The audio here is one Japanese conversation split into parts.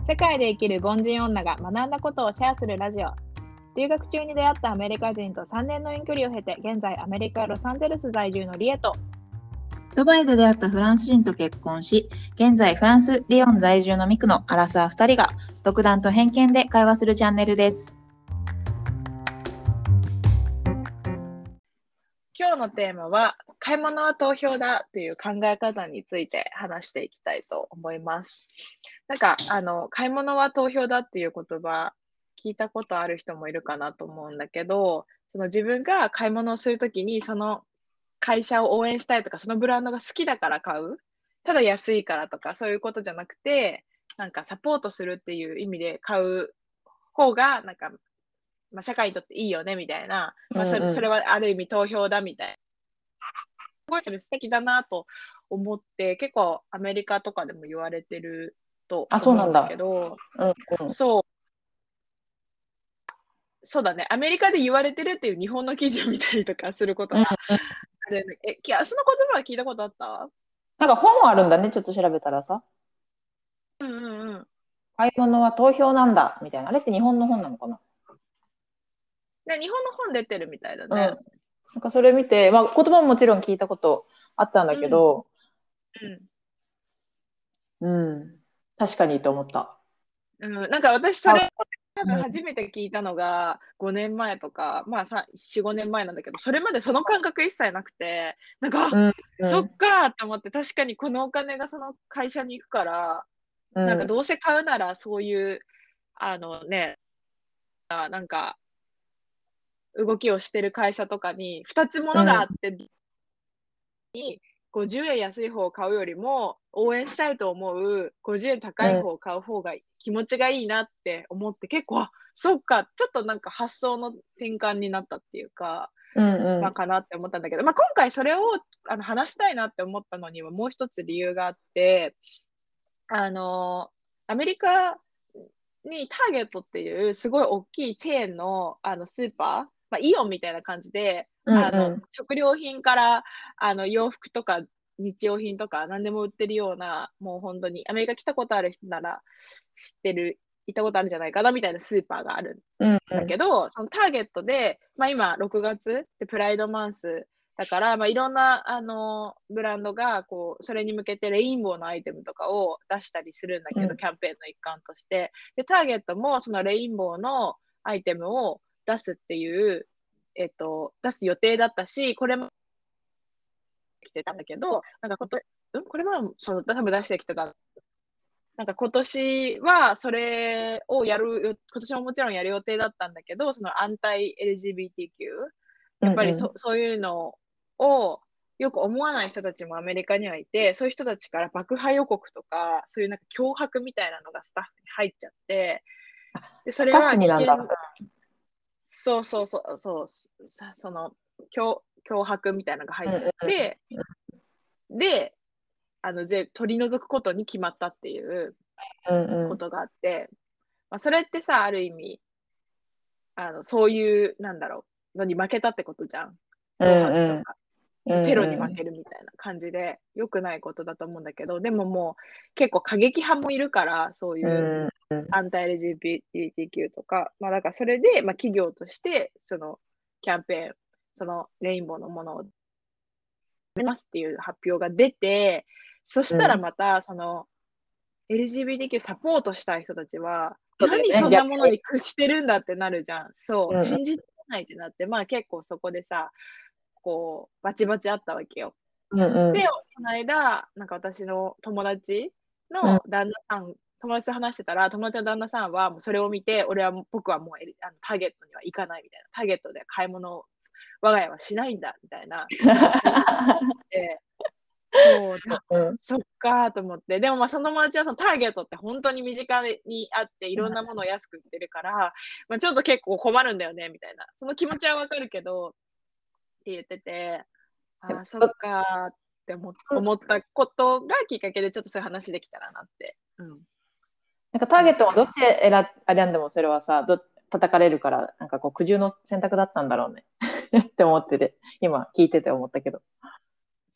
世界で生きる凡人女が学んだことをシェアするラジオ。留学中に出会ったアメリカ人と3年の遠距離を経て、現在アメリカ・ロサンゼルス在住のリエと、 ドバイで出会ったフランス人と結婚し、現在フランス・リヨン在住のミクのアラサー2人が独断と偏見で会話するチャンネルです。 今日のテーマは買い物は投票だという考え方について話していきたいと思います。買い物は投票だっていう言葉聞いたことある人もいるかなと思うんだけど、その自分が買い物をするときにその会社を応援したいとか、そのブランドが好きだから買う、ただ安いからとかそういうことじゃなくて、なんかサポートするっていう意味で買う方が社会にとっていいよねみたいな、それはある意味投票だみたいな、すごいそれ素敵だなと思って、結構アメリカとかでも言われてると思うんだけど、そうだね、アメリカで言われてるっていう日本の記事を見たりとかすることがある。その言葉は聞いたことあった？ なんか本あるんだね、ちょっと調べたらさ。買い物は投票なんだみたいな。あれって日本の本なのかな？ ね、日本の本出てるみたいだね。 なんかそれ見て、言葉ももちろん聞いたことあったんだけど、確かにと思った。 なんか私それ多分初めて聞いたのが5年前とか、4、5年前なんだけど、それまでその感覚一切なくて、そっかーと思って、確かにこのお金がその会社に行くから、なんかどうせ買うならそういう、動きをしてる会社とかに2つものがあって、50円安い方を買うよりも応援したいと思う50円高い方を買う方が気持ちがいいなって思って、結構そっか、ちょっとなんか発想の転換になったっていうか、かなって思ったんだけど、今回それを話したいなって思ったのにはもう一つ理由があって、アメリカにターゲットっていうすごい大きいチェーンのスーパー、イオンみたいな感じで、食料品から洋服とか日用品とか何でも売ってるような、もう本当にアメリカ来たことある人なら知ってる、行ったことあるんじゃないかなみたいなスーパーがあるんだけど、そのターゲットで、今6月ってプライドマンスだから、いろんなブランドがそれに向けてレインボーのアイテムとかを出したりするんだけど、キャンペーンの一環として。で、ターゲットもそのレインボーのアイテムを出すっていう、出す予定だったし、これも来てたんだけど、これも多分出してきてた。今年はそれを今年ももちろんやる予定だったんだけど、そのアンタイ LGBTQ、やっぱりそういうのをよく思わない人たちもアメリカにはいて、そういう人たちから爆破予告とか、そういう脅迫みたいなのがスタッフに入っちゃって、でそれは危険。その脅迫みたいなのが入っちゃって、で、取り除くことに決まったっていうことがあって、それってさ、ある意味、そういう、のに負けたってことじゃん。脅迫とか。テロに負けるみたいな感じで、良くないことだと思うんだけど、でももう結構過激派もいるから、そういうアンタ LGBTQ とか、だからそれで、企業として、そのキャンペーン、そのレインボーのものを出ますっていう発表が出て、そしたらまた、その LGBTQ サポートしたい人たちは、何そんなものに屈してるんだってなるじゃん。信じないってなって、結構そこでさ、バチバチあったわけよ。で、この間、私の友達の旦那さん、友達と話してたら、友達の旦那さんはもうそれを見て、僕はもうターゲットには行かないみたいな。ターゲットで買い物を我が家はしないんだみたいな。そっかーと思って。でもその友達はそのターゲットって本当に身近にあって、いろんなものを安く売ってるから、ちょっと結構困るんだよねみたいな。その気持ちはわかるけど、って言ってて、そっかーって思ったことがきっかけで、ちょっとそういう話できたらなって。 ターゲットはどっち選んでもそれはさ、叩かれるから、苦渋の選択だったんだろうねって思ってて、今聞いてて思ったけど。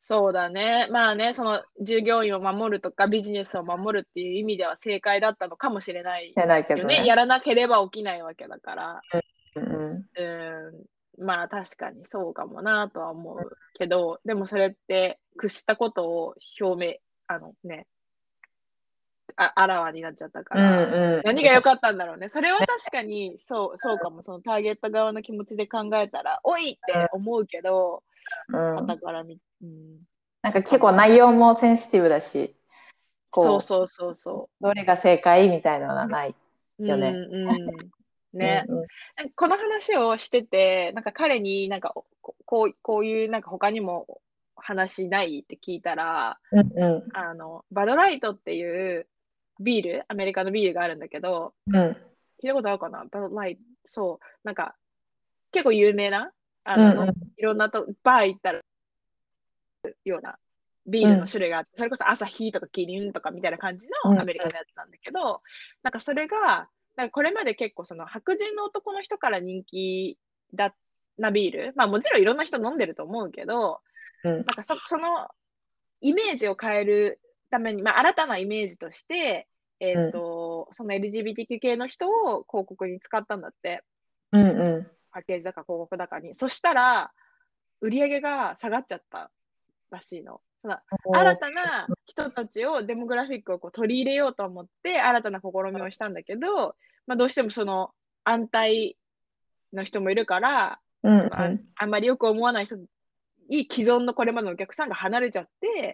そうだね。まあね、その従業員を守るとかビジネスを守るっていう意味では正解だったのかもしれないじゃないけよね。 どね。 やらなければ起きないわけだから。 うんうん。 まあ確かにそうかもなとは思うけど、でもそれって屈したことを表明、あのね、あらわになっちゃったかうんら、 うん。 何が良かったんだろうね。それは確かにそうかも。そのターゲット側の気持ちで考えたら、おいって思うけど、 うんうん。 傍からなんか結構多分、 内容もセンシティブだし、こそうそうそうそう、どれが正解みたいなのはないう。 よね。 ね。 うんうん。 なんかこの話をしてて、なんか彼になんか、こういうなんか他にも話ないって聞いたら、 うんうバドライトっていうビール、アメリカのビールがあるんだけど、 ん。うん。 聞いたことあるかなバドライト。そう、なんか結構有名な、 うんうん。 いろんなバー行ったらようなビールのうん種類があって、それこそアサヒとかキリンとかみたいな感じうんのアメリカのやつなんだけど、なんかそれが、なんかこれまで結構その白人の男の人から人気だなビール、まあもちろんいろんな人飲んでると思うけど、 うん。 なんかそのイメージを変えるために、まあ新たなイメージとして、 うん。 その LGBTQ 系の人を広告に使ったんだって。 うんうん。 パッケージだか広告だかに。そしたら、売り上げが下がっちゃったらしいの。その新おー。 たな人たちを、デモグラフィックをこう取り入れようと思って、新たな試みをしたんだけど、まあ、どうしてもその安泰の人もいるから、 うんそのうん。 あんまりよく思わない人に既存のこれまでのお客さんが離れちゃって、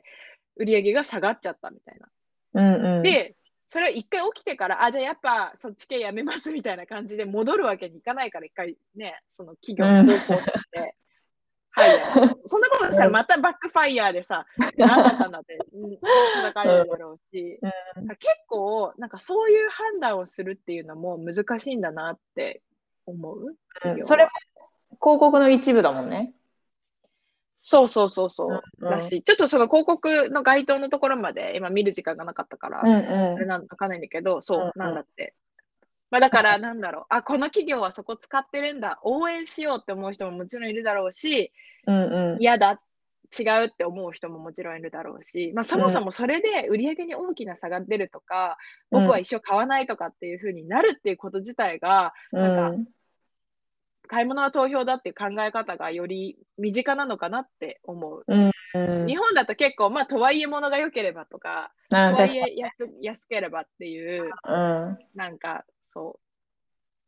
売り上げが下がっちゃったみたいな。 うんうん。 で、それは一回起きてから、あ、じゃあやっぱそっち系やめますみたいな感じで戻るわけにいかないから、一回ね、その企業のうん。 方向としてファイヤーしよう。そんなことしたらまたバックファイヤーでさ、何だったんだって、叩かれるだろうし、結構、なんかそういう判断をするっていうのも難しいんだなって思う、 うん。それも企業は。 広告の一部だもんね。 そうそうそうそうらうんしい。ちょっとその広告の該当のところまで今見る時間がなかったから、 うんうん。 わかんないんだけど、そう、なんうんだって。まあだからなんだろう、あ、この企業はそこ使ってるんだ、応援しようって思う人ももちろんいるだろうし、 うん嫌だ、違うって思う人ももちろんいるだろうし、まあ、そもうんそもそれで売り上げに大きな差が出るとか、僕はうん一生買わないとかっていう風になるっていうこと自体が、 うなんか、 ん買い物は投票だっていう考え方がより身近なのかなって思う。 うんうん。 日本だと結構、まあ、とはいえ物が良ければとか、とはい確かえ安ければっていう、 に。うんなんか、そう、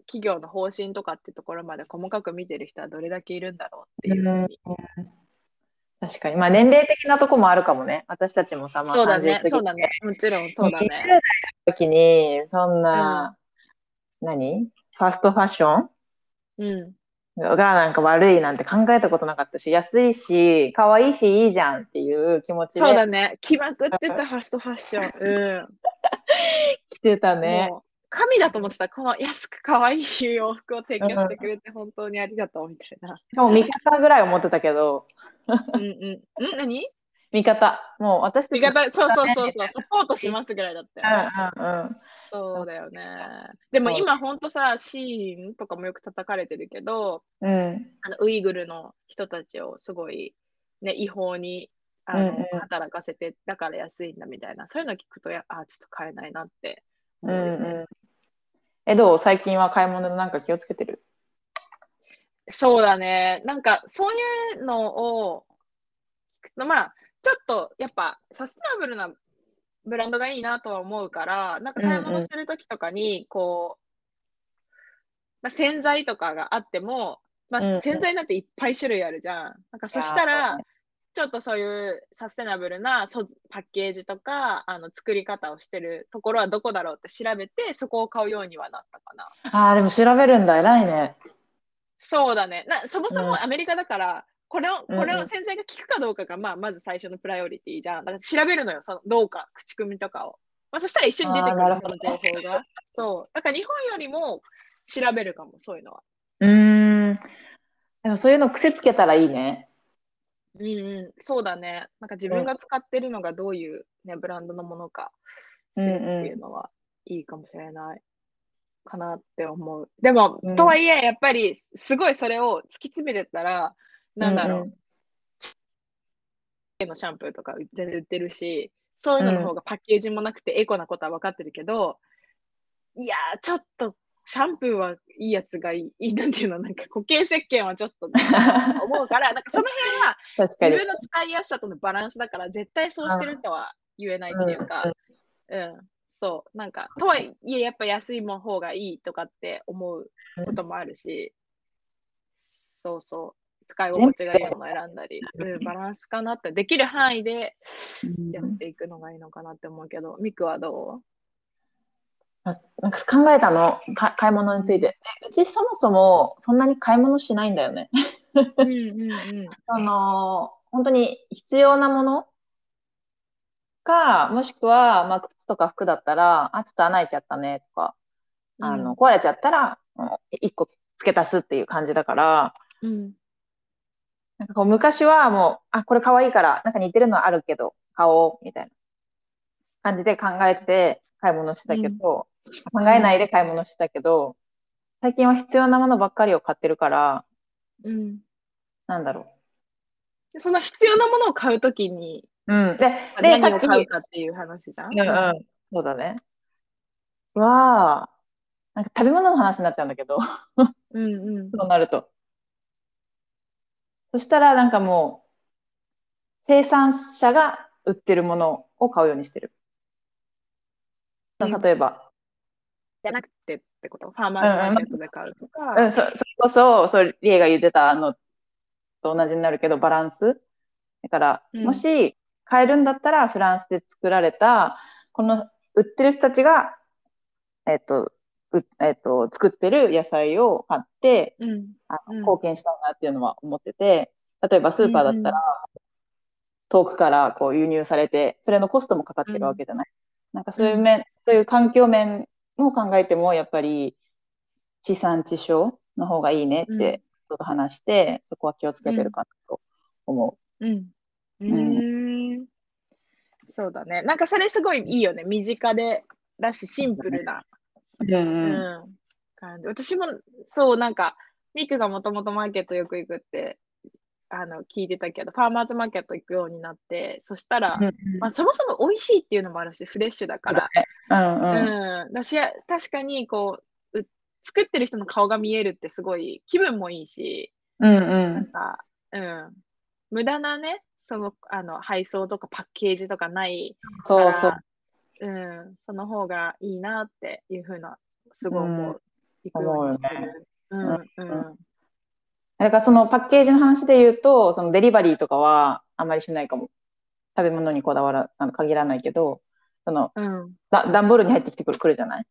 企業の方針とかっていうところまで細かく見てる人はどれだけいるんだろうっていうふううん。 に。 確かに。まあ年齢的なとこもあるかもね。私たちもさ、まあ30 そうだね、 過ぎて、 そうだね。もちろんそうだね。 20代の時に、そんうん、 な、ファストファッションうん。 がなんか悪いなんて考えたことなかったし、安いし、可愛いし、いいじゃんっていう気持ちでそうだね。着まくってたファストファッション。 着てたうん。 ね。 もう、神だと思ってた。この安く可愛い洋服を提うん。 供してくれて本当にありがとうみたいな。 しかも味方ぐらい思ってたけど、 うんうん。何味方。もう私たち味味方、そうそう方ね、 そうそう、 みたいサポートしますぐらいだったよね。 な。うんうんうん。 そうだよね。でもそう。 今ほんとさ、シーンとかもよく叩かれてるけど、 うん。 ウイグルの人たちをすごい、ね、違法に、 うんうん働かせて、だから安いんだみたいな、そういうの聞くと、ちょっと買えないなってう思うよね。 んうん。どう最近は買い物でなんか気をつけてる？ そうだね。なんか、そういうのを、まあ、ちょっとやっぱサステナブルなブランドがいいなとは思うから、なんかうん買い物うん。 するときとかに、こう、まあ、洗剤とかがあっても、まあ、 うんうん。い洗剤なんていっぱい種類あるじゃん。なんかそしやー、 たら、 そうね。 ちょっとそういうサステナブルなパッケージとか、作り方をしてるところはどこだろうって調べて、そこを買うようにはなったかな。 ああ、でも調べるんだ。偉いね。 そうだね。そもそうんもアメリカだから、これをうんうん。 洗剤が効くかどうかが、まあ、まず最初のプライオリティじゃん。だから調べるのよ、どうか、口コミとかを。まあ、そしたら一緒に出ああ、 てくるの、 なるほど。 その情報が。そう。だから日本よりも調べるかも、そういうのは。 うーん。でもそういうの癖つけたらいいね。 うんうん、そうだね。なんか自うん分が使ってるのがどういうね、ブランドのものかう知るっていうんのはいいかもしれないかなって思う。でも、 うん。うんとはいえ、やっぱり、すごいそれを突き詰めてったら、 うんなんだろう。 うん。 のシャンプーとか全然売ってるし、そういうのの方がパッケージもなくてエコなことは分かってるけど、いやー、ちょっとシャンプーはいいやつがいい、なんていうの、なんか固形石鹸はちょっとね、思うから、なんかその辺は確かに。 自分の使いやすさとのバランスだから、絶対そうしてるとは言えないっていうか、そう、なんか、とはいえやっぱ安い方がいいとかって思うこともあるし、そうそう、使い心地がいいものを選んだり、バランスかなって、できる範囲でやっていくのがいいのかなって思うけど、ミクはどなんか考えたの、買い物について。うちそもそもそんなに買い物しないんだよね。本当に必要なものか、もしくは、まあ、靴とか服だったら、ちょっと穴開いちゃったねとか、壊れちゃったら、1個付け足すっていう感じだから、なんかこう昔はもう、これ可愛いから、なんか似てるのあるけど、買おう、みたいな感じで考えて買い物してたけど、考えないで買い物してたけど、最近は必要なものばっかりを買ってるから、なんだろその必要なものを買うときに、 で、 何を買うかっていう話じゃん。 そうだね。なんか食べ物の話になっちゃうんだけど、そうなると。そしたらなんかもう、生産者が売ってるものを買うようにしてる。例えば。 じゃなくてってことファーマーズマーケットで買うとか。 それこそ、リエが言ってたのと同じになるけど、バランス。だから、もし買えるんだったら、フランスで作られた、この売ってる人たちが、作ってる野菜を買って、貢献したいなっていうのは思ってて、例えばスーパーだったら、遠くからこう輸入されて、それのコストもかかってるわけじゃない。なんかそういう環境面も考えても、やっぱり地産地消の方がいいねってちょっと話して、そこは気をつけてるかなと思う。 そうだね。なんかそれすごいいいよね。身近で、だし、シンプルな。感じ。私も、そう、なんか、ミクがもともとマーケットよく行くって、聞いてたけど、ファーマーズマーケット行くようになって、そしたら、そもそも美味しいっていうのもあるし、フレッシュだから。確かに、こう、作ってる人の顔が見えるってすごい気分もいいし、なんか、無駄なね、配送とかパッケージとかないから、その方がいいなっていうふうな、すごい思う。行くようにしてる。 だからそのパッケージの話で言うと、そのデリバリーとかはあんまりしないかも。食べ物にこだわら、限らないけど、段ボールに入ってきてくるじゃない。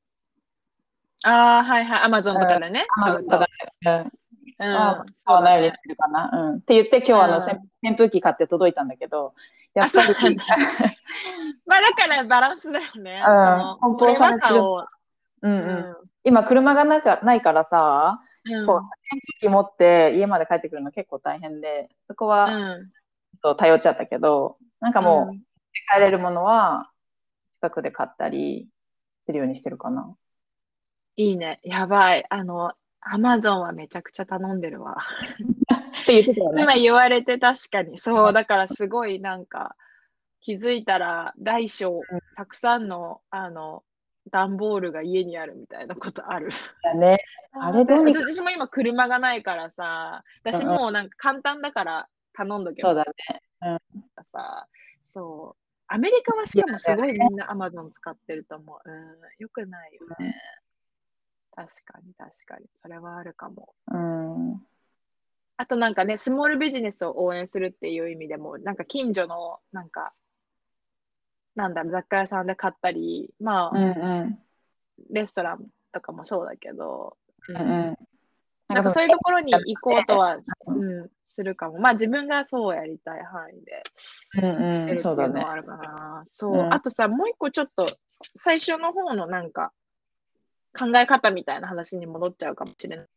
はいはい。アマゾンとかでね。 アマゾンとかで。 買わないようにするかな。って言って今日扇風機買って届いたんだけど、やっぱり。 まあだからバランスだよね。 梱包されてる。今車がないからさ、扇風機持って家まで帰ってくるの結構大変で、そこは頼っちゃったけど、なんかもう帰れるものは近くで買ったりするようにしてるかな。 いいね。やばい。アマゾンはめちゃくちゃ頼んでるわ。 って言ってたよね。 今言われて確かに。そう、だからすごいなんか、気づいたら大小、たくさんの、段ボールが家にあるみたいなことある。 だね。あれどうにか。 私も今車がないからさ、私もうなんか簡単だから頼んどけば。 そうだね。 さ、そう。アメリカはしかもすごいみんなアマゾン使ってると思う。よくないよね。確かに確かに。それはあるかも。あとなんかね、スモールビジネスを応援するっていう意味でも、なんか近所の、なんか、なんだろう、雑貨屋さんで買ったり、まあ、レストランとかもそうだけど、なんかそういうところに行こうとは、するかも。まあ自分がそうやりたい範囲でしてるっていうのはあるかな。そう。あとさ、もう一個ちょっと、最初の方のなんか、考え方みたいな話に戻っちゃうかもしれない。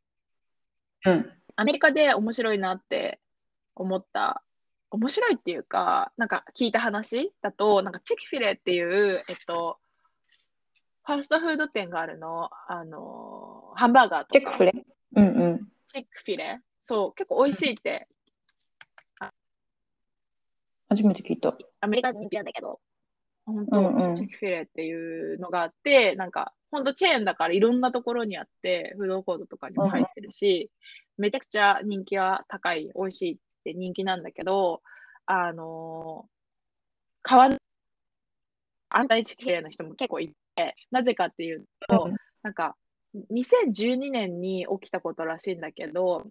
アメリカで面白いなって思った、面白いっていうか、なんか聞いた話だと、なんかチェキフィレっていう、ファーストフード店があるの。ハンバーガーとか。 チェックフィレ？ チェックフィレそう、結構美味しいって。 初めて聞いた。 アメリカ人気なんだけど、本うん当、 うん。 チェックフィレっていうのがあって、なんか、本当チェーンだからいろんなところにあって、フードコートとかにうんうんも入ってるし、めちゃくちゃ人気は高い、美味しいって人気なんだけど、あの買わないアンタイチェックフィレの人も結構いて、なぜかっていうと、なんか、2012年に起きたことらしいんだけど、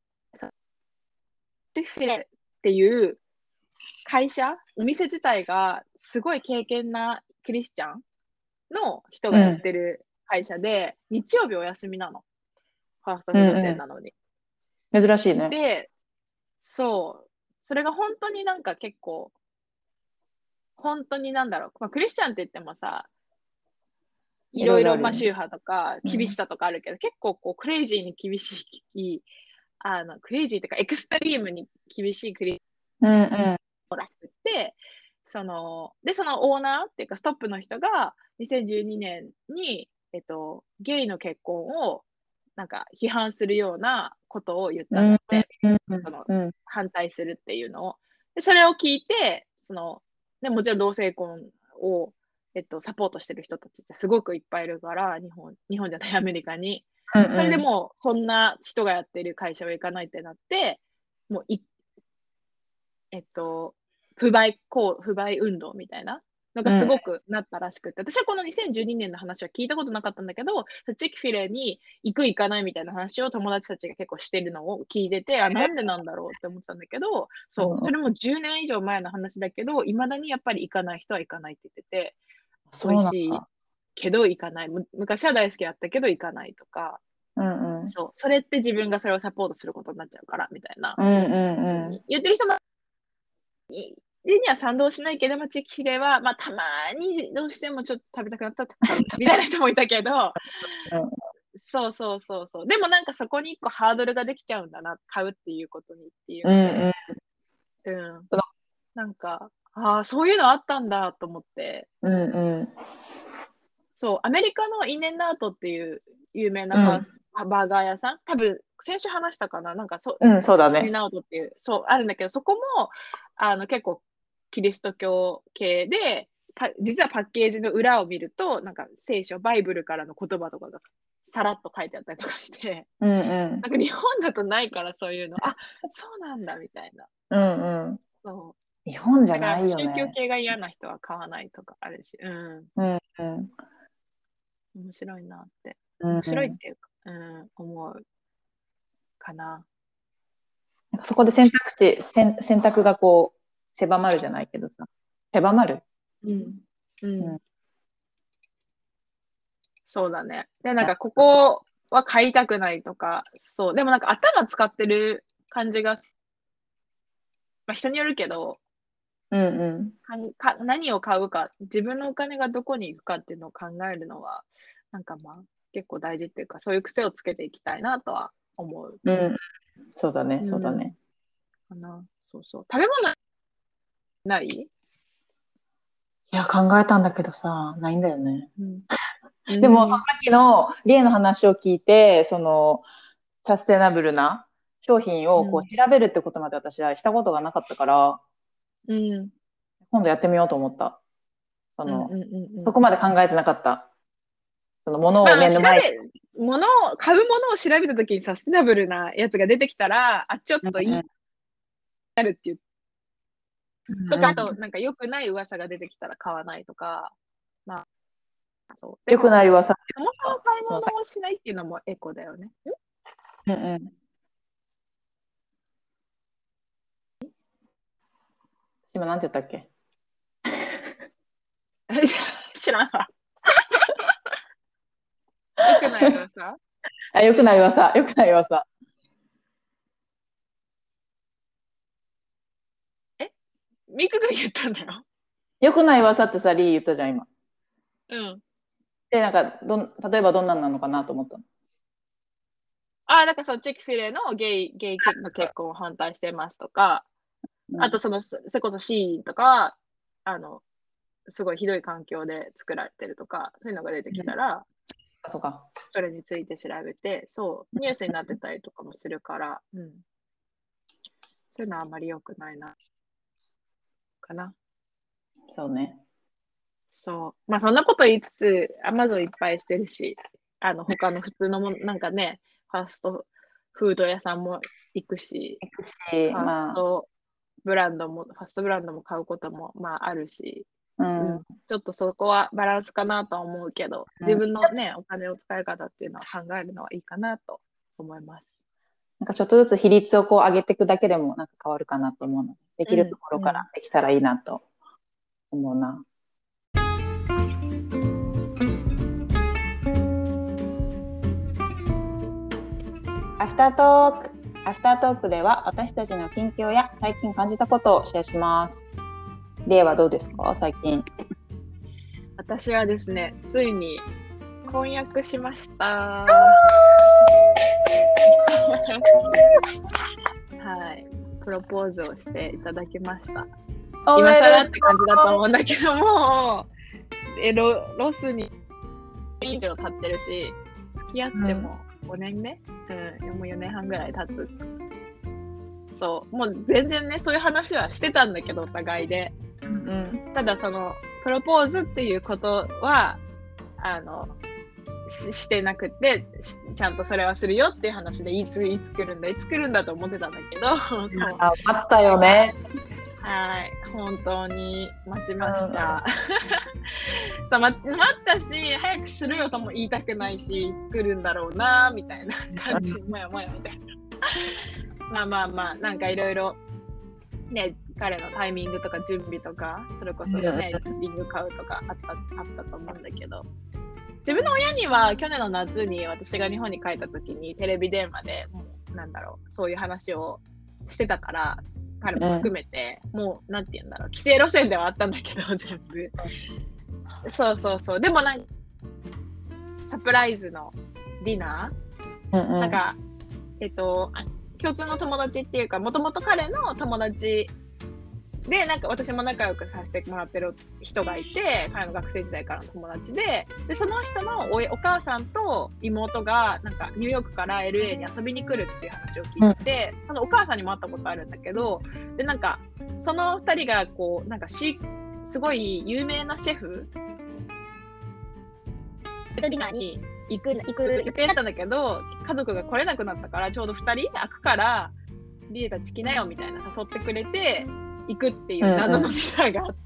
チェックフィレっていう会社、お店自体がすごい敬虔なクリスチャンの人がやっうんてる会社で、日曜日お休みなの。ファーストフードうん店なのに。 うん。珍しいね。 で、そう。それが本当になんか結構、本当になんだろう。まあ、クリスチャンって言ってもさ、いいろろいろ、 いろあるよね。 まあ宗派とかうん厳しさとかあるけど、結構こうクレイジーに厳しい、クレイジーというかエクストリームに厳しいクリうんうんらしくて、そのオーナーっていうかストップの人が2012年に、ゲイの結婚をなんか批判するようなことを言っうんたんだって、 うんそのうん反対するっていうのを。で、それを聞いて、でもちろん同性婚を、サポートしてる人たちってすごくいっぱいいるから、日本じゃない、アメリカに。それでうんもう、そんな人がやってる会社は行かないってなって、もうえっと、不買運動みたいなのがすうんごくなったらしくて、私はこの2012年の話は聞いたことなかったんだけど、チェキフィレに行く行かないみたいな話を友達たちが結構してるのを聞いてて、あ、なんでなんだろうって思ってたんだけど、そう、それも10年以上前の話だけど、未だにやっぱり行かない人は行かないって言ってて、美そうなん味しいだ。 けど行かない。昔は大好きだったけど行かないとか、 うんうんそう、それって自分がそれをサポートすることになっちゃうから、みたいなうんうんうん。 言ってる人もには賛同しないけど、チェキフィレは、まあ、たまにどうしてもちょっと食べたくなったら買うみたいな人もいたけど、そうそうそうそう。でもなんかそこに一個ハードルができちゃうんだな、買うっていうことにっていううんうんうん。 ので、うん。なんか、ああ、そういうのあったんだと思って、 うんうんそう、アメリカのインエンドアウトっていう有名なうんバーガー屋さん、多分先週話したかな、なんかうん、そうだね。 インエンドアウトっていう、そう、あるんだけど、そこも、結構キリスト教系で、実はパッケージの裏を見ると、なんか聖書、バイブルからの言葉とかがさらっと書いてあったりとかして、 うんうんなんか日本だとないからそういうの、あ、そうなんだみたいな。 うんうん。 そう。 日本じゃだからないよ宗教ね。 系が嫌な人は買わないとかあるし、うん。 うんうん面白いなって。 うん面白いっうん。 ていうか、思うかな。 なんかそこで選択がこう狭まるじゃないけどさ。狭まる。 うん。うん。 うん。 そうだね。で、なんかここは買いたくないとか、そう。でもなんか頭使ってる感じが、まあ人によるけど、 うんうん。 何を買うか、自分のお金がどこに行くかっていうのを考えるのは、なんかまあ結構大事っていうか、そういう癖をつけていきたいなとは思う。 うん。そうだね、 うん。 そうだね。 かな。そうそう。食べ物ない？ いや、考えたんだけどさ、ないんだよね。 うん。 でも、さうん。 っきのゲイの話を聞いて、サステナブルな商品をこううん。 調べるってことまで私はしたことがなかったから、 うん。 今度やってみようと思った。 うん。うん。うん。 そこまで考えてなかった。そのものをまあまあ、 目の前に。 買うものを調べたときにサステナブルなやつが出てきたら、あ、ちょっといいうんなるっていうとか、あと、 うん、 なんか良くない噂が出てきたら買わないとか、まあ、そう。でよくも、 ない噂。 そもそも買いそのさ、 物をしないっていうのもエコだよね。 うんうん。今なんて言ったっけ？ 知らんわ。良くない噂。 あ、よくない噂。よくない噂。 えミクが言ったんだよ。 よくない噂ってさ、リー言ったじゃん、今。 うん。 で、なんか、例えばどんなんなのかなと思ったの。 あ、だからそのチェキフィレのゲイの結婚を反対してますとか、あとそれこそシーンとか、あの、すごいひどい環境で作られてるとか、そういうのが出てうん、 きたら、 あ、そうか。 それについて調べて、そう、ニュースになってたりとかもするから、うん。そういうのはあんまり良くないな。 かな。 そうね。 そう。まあそんなこと言いつつ、Amazon いっぱいしてるし、他の普通のもの、なんかね、ファーストフード屋さんも行くし、 行くし、 ファーストブランドも買うこともまああるし、ちょっとそこはバランスかなとは思うけど、自分のね、お金の使い方っていうのを考えるのはいいかなと思います。 なんかちょっとずつ比率をこう上げていくだけでもなんか変わるかなと思うので、できるところからできたらいいなと思うな。アフタートークでは私たちの近況や最近感じたことをシェアします。リエはどうですか、最近。 私はですね、ついに婚約しました。はい、プロポーズをしていただきました。今更って感じだと思うんだけども、ロスに以上経ってるし、付き合っても5年目、もう4年半ぐらい経つ。そう、もう全然ね、そういう話はしてたんだけど、お互いで。ただそのプロポーズっていうことはしてなくて、ちゃんとそれはするよっていう話でいつ来るんだと思ってたんだけど、そうあったよね。 はい、本当に待ちました。そう、待ったし、早くするよとも言いたくないし、作るんだろうなみたいな感じ、もやもやみたいな。まあ、なんかいろいろね、彼のタイミングとか準備とか、それこそね、リング買うとかあったと思うんだけど、自分の親には去年の夏に私が日本に帰った時にテレビ電話でもうそういう話をしてたから、彼も含めて、もうなんて言うんだろう、規制路線ではあったんだけど、全部。そう。でもなんかサプライズのディナー、なんか共通の友達っていうか、もともと彼の友達で、なんか私も仲良くさせてもらってる人がいて、彼の学生時代からの友達で、その人のお母さんと妹がなんかニューヨークから LA に遊びに来るっていう話を聞いて、そのお母さんにも会ったことあるんだけど、でなんかその2人がこうなんかすごい有名なシェフディナーに行く予定だったんだけど、家族が来れなくなったから、ちょうど2人空くからリエたち来なよみたいな誘ってくれて行くっていう謎のディナーがあって、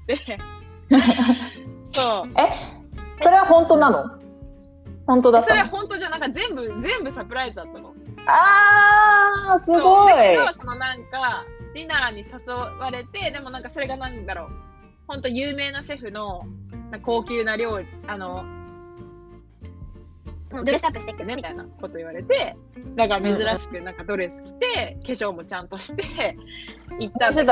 そう。 それは本当なの？本当だったの？ それは本当じゃ、なんか全部サプライズだったの。 あー、すごい。 だけどそのなんかディナーに誘われて、でもなんかそれがなんだろう、本当有名なシェフの高級な料理、ドレスアップしてきてねみたいなこと言われて、だから珍しくなんかドレス着て、化粧もちゃんとして行ったんだけど、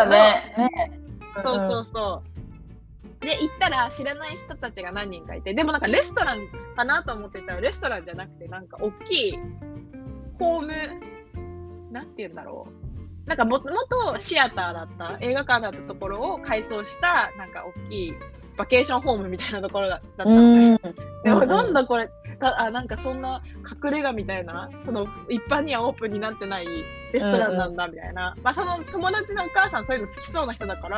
そうで行ったら知らない人たちが何人かいて、でもなんかレストランかなと思ってたらレストランじゃなくて、なんか大きいホーム、なんて言うんだろう、なんかもとシアターだった映画館だったところを改装したなんか大きいバケーションホームみたいなところだったの。でもなんだこれ、なんかそんな隠れ家みたいな、その一般にはオープンになってないレストランなんだみたいな、まあその友達のお母さんそういうの好きそうな人だから、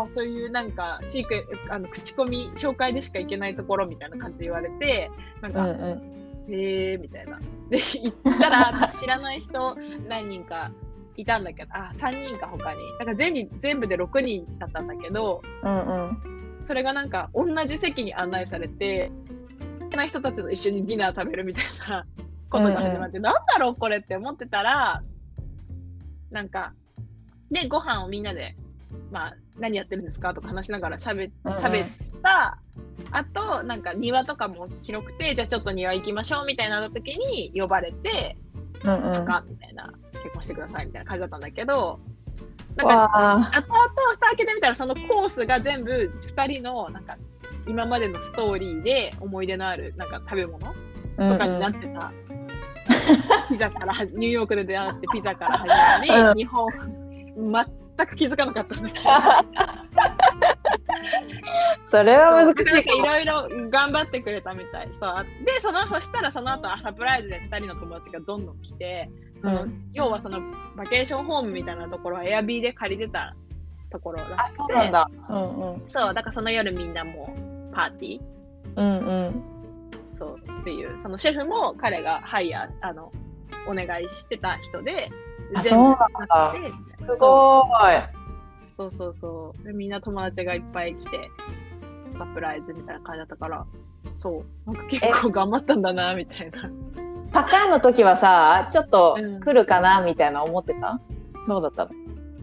そういうなんか口コミ紹介でしか行けないところみたいな感じで言われて、なんか、へーみたいな。で行ったら知らない人何人かいたんだけど、3人か他に。だから全部で6人だったんだけど、それがなんか同じ席に案内されて、好きな人たちと一緒にディナー食べるみたいなことが始まって、なんだろうこれって思ってたら、なんかでご飯をみんなで、まあ何やってるんですかとか話しながら食べた後、なんか庭とかも広くて、じゃあちょっと庭行きましょうみたいな時に呼ばれて、なんかみたいな、結婚してくださいみたいな感じだったんだけど、なんか後々蓋開けてみたら、そのコースが全部2人のなんか今までのストーリーで思い出のあるなんか食べ物とかになってた。ピザからニューヨークで出会ってピザから始まり、日本全く気づかなかったんだけどそれは難しい。 いろいろ頑張ってくれたみたい。そうで、そしたらその後サプライズで2人の友達がどんどん来て、要はそのバケーションホームみたいなところはエアビーで借りてたところらしくて。 そうなんだ。うんうん。 そう、だからその夜みんなもうパーティー。 うんうん。 そうっていう、そのシェフも彼がお願いしてた人で、 そうなんだ。すごい。 そうそうそうで。みんな友達がいっぱい来て、サプライズみたいな感じだったから、そう、なんか結構頑張ったんだな、みたいな。 パカの時はさ、ちょっと来るかな、みたいな思ってた？どうだったの？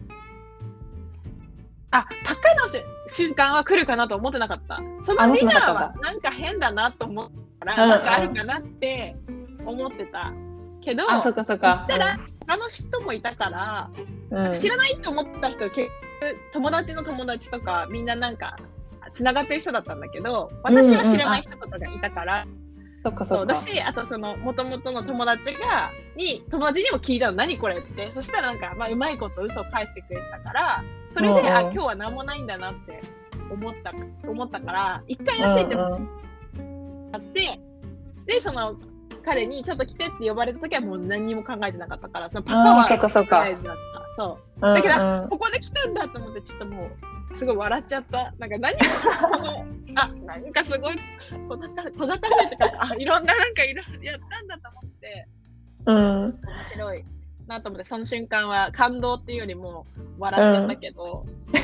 パカの瞬間は来るかなと思ってなかった。そのディナーはなんか変だなと思ったから、なんかあるかなって思ってた。けど、 そっかそっか。 行ったら、他の人もいたから、知らないと思ってた人、結局、友達の友達とか、みんななんか、繋がってる人だったんだけど、私は知らない人とかがいたから、 そっかそっか。 だし、あとその、元々の友達にも聞いたの、何これって。そしたらなんか、うまいこと嘘を返してくれてたから、それで、今日は何もないんだなって思ったから、一回らしいって思って、で、その、彼にちょっと来てって呼ばれた時はもう何にも考えてなかったから、そのパカは大事だった。そう。だけど、ここで来たんだと思って、ちょっともう、すごい笑っちゃった。なんかなんかすごい小賢しいってか、いろんなやったんだと思って、面白いなと思って、その瞬間は感動っていうよりも笑っちゃったけど。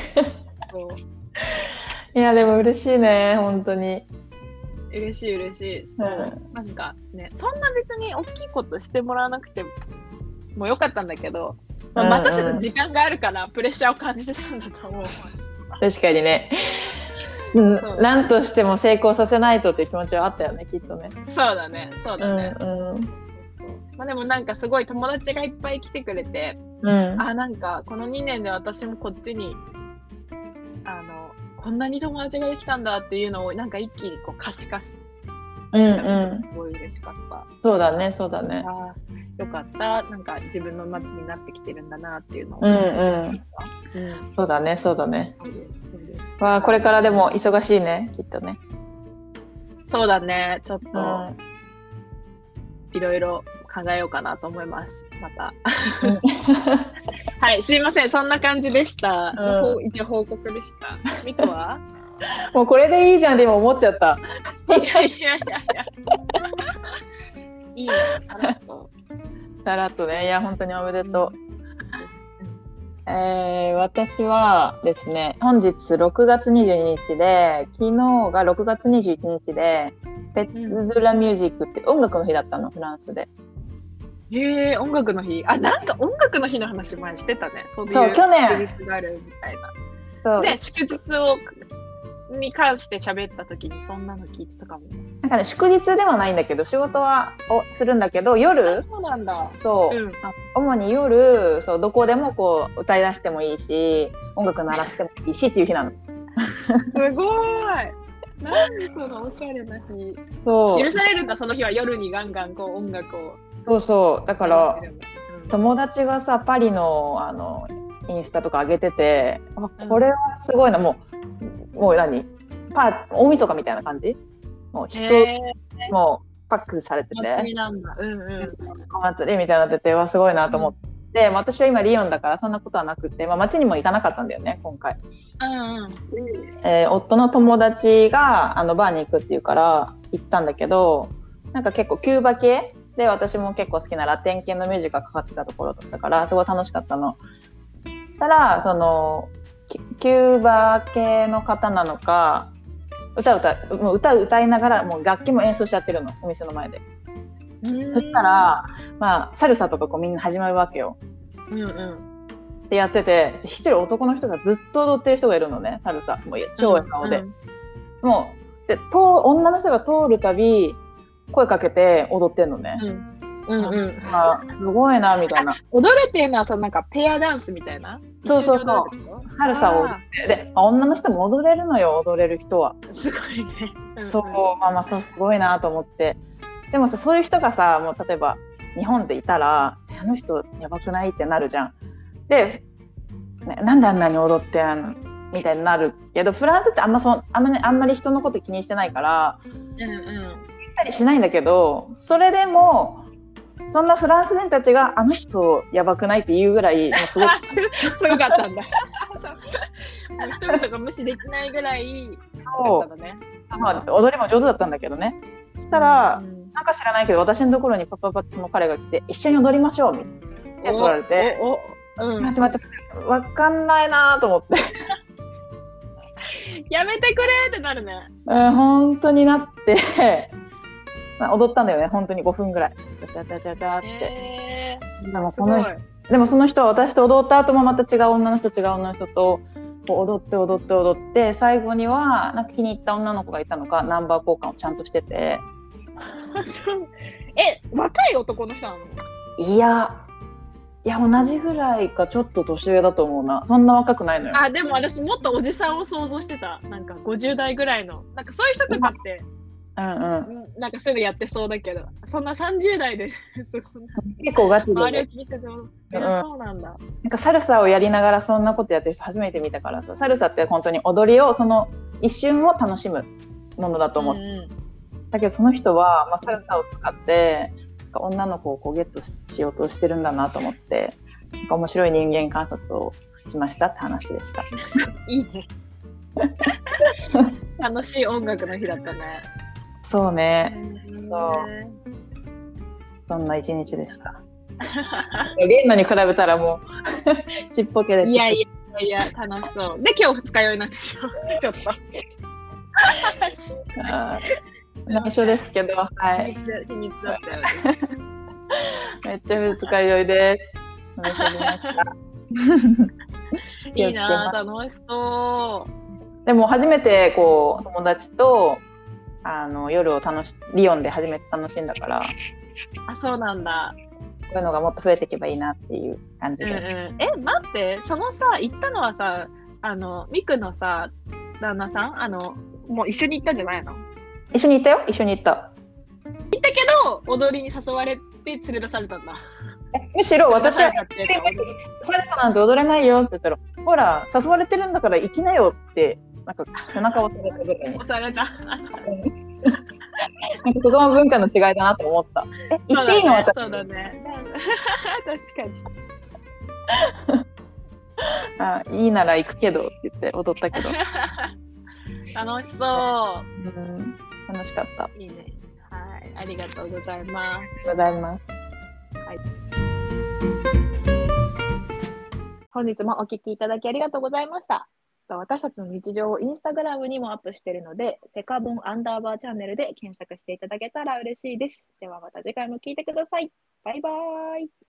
いや、でも嬉しいね、本当に。 嬉しい。そう、なんかね、そんな別に大きいことしてもらわなくてもよかったんだけど、待たせた時間があるからプレッシャーを感じてたんだと思う。 確かにね。何としても成功させないとっていう気持ちはあったよね、きっとね。 そうだね。でもなんかすごい友達がいっぱい来てくれて、なんかこの2年で私もこっちにこんなに友達ができたんだっていうのをなんか一気にこう可視化する。すごい嬉しかった。 そうだね。 よかった。なんか自分の街になってきてるんだなっていうのを。 そうだね。これからでも忙しいね、きっとね。 そうだね。ちょっといろいろ考えようかなと思います。また。はい、すいません。そんな感じでした。一応報告でした。ミコは？ もうこれでいいじゃんって今思っちゃった。 いや。いいね、さらっと。 さらっとね。いや、本当におめでとう。私はですね、本日6月22日で、昨日が6月21日で、ペッツ・ドゥ・ラ・ミュージックって音楽の日だったの、フランスで。 音楽の日。なんか音楽の日の話前してたね。 そう去年祝日があるみたいな。で、祝日に関して喋った時にそんなの聞いてたかも。 なんかね、祝日ではないんだけど、仕事はするんだけど、夜、 そうなんだ。 主に夜、どこでもこう歌い出してもいいし、音楽鳴らしてもいいしっていう日なの。 すごい。何そのおしゃれな日。許されるんだ、その日は夜にガンガンこう音楽を。 そうだから、友達がさ、パリのインスタとか上げてて、これはすごいな、もう何大晦日みたいな感じ、もうもうパックされてて、お祭りなんだ、お祭りみたいになってて、すごいなと思って、私は今リヨンだからそんなことはなくて、街にも行かなかったんだよね、今回。夫の友達がバーに行くっていうから行ったんだけど、なんか結構キューバ系で、私も結構好きなラテン系のミュージックがかかってたところだったから、すごい楽しかったの。たらキューバ系の方なのか、歌歌いながらもう楽器も演奏しちゃってるの、お店の前で。そしたら、サルサとかみんな始まるわけよ。ってやってて、一人男の人がずっと踊ってる人がいるのね、サルサ。もう超笑顔で。もうで女の人が通るたび声かけて踊ってんのね。すごいなみたいな。 踊るっていうのはなんかペアダンスみたいな。 そうサルサを踊ってで、女の人も踊れるのよ、踊れる人は。 すごいね。 そうすごいなと思って。でもさ、そういう人がさ、もう例えば日本でいたら、あの人やばくないってなるじゃん。で、なんであんなに踊ってんみたいになるけど、フランスってあんまり人のこと気にしてないから、言ったりしないんだけど、それでもそんなフランス人たちがあの人やばくないって言うぐらい、もうすごかったんだ。 もう一人とか無視できないぐらいだそったのね。 う。まあ、踊りも上手だったんだけどね。そしたら、なんか知らないけど、私のところにパパパってその彼が来て、一緒に踊りましょうみたいな手取られて、待って待って、わかんないなと思って。 やめてくれってなるね。 本当になって、まあ、踊ったんだよね、本当に5分ぐらい。って。でもその人は私と踊った後もまた違う女の人とこう踊って最後にはなんか気に入った女の子がいたのかナンバー交換をちゃんとしてて。 若い男の人なの？ いや同じぐらいかちょっと年上だと思うな。そんな若くないのよ。 でも私もっとおじさんを想像してた。なんか50代ぐらいのなんかそういう人とかってなんかそういうのやってそうだけど、そんな30代ですごい結構ガチで周りを気にしてても、そうなんだ。 なんかサルサをやりながらそんなことやってる人初めて見たからさ。サルサって本当に踊りをその一瞬を楽しむものだと思う、だけどその人は、まあ、サルサを使って女の子をこうゲットしようとしてるんだなと思って、なんか面白い人間観察をしましたって話でした。 いいね。楽しい音楽の日だったね。 そうね。そんな一日でした。レンナに比べたらもうちっぽけで。 いや楽しそう。で今日二日酔いなんでしょ。ちょっと。 内緒ですけど、はい。 秘密だったよね。 めっちゃ二日酔いです。飲み込みました。 いいな、楽しそう。 でも初めてこう友達と夜をリヨンで初めて楽しんだから。 そうなんだ。 こういうのがもっと増えていけばいいなっていう感じで。 待って、そのさ行ったのはさミクのさ旦那さんもう一緒に行ったんじゃないの？ 一緒に行ったよ。行ったけど踊りに誘われて連れ出されたんだ。 むしろ私はサルサなんて踊れないよって言ったら、ほら誘われてるんだから行きなよってなんか背中を押されたぐらいに。 押された。 なんかそこも文化の違いだなと思った。行っていいの？ そうだね。 確かに。いいなら行くけどって言って踊ったけど。 楽しそう。 楽しかった。 いいね。はい、ありがとうございます。 ありがとうございます。 はい。本日もお聞きいただきありがとうございました。私たちの日常をインスタグラムにもアップしているので、セカボン_チャンネルで検索していただけたら嬉しいです。ではまた次回も聞いてください。バイバーイ。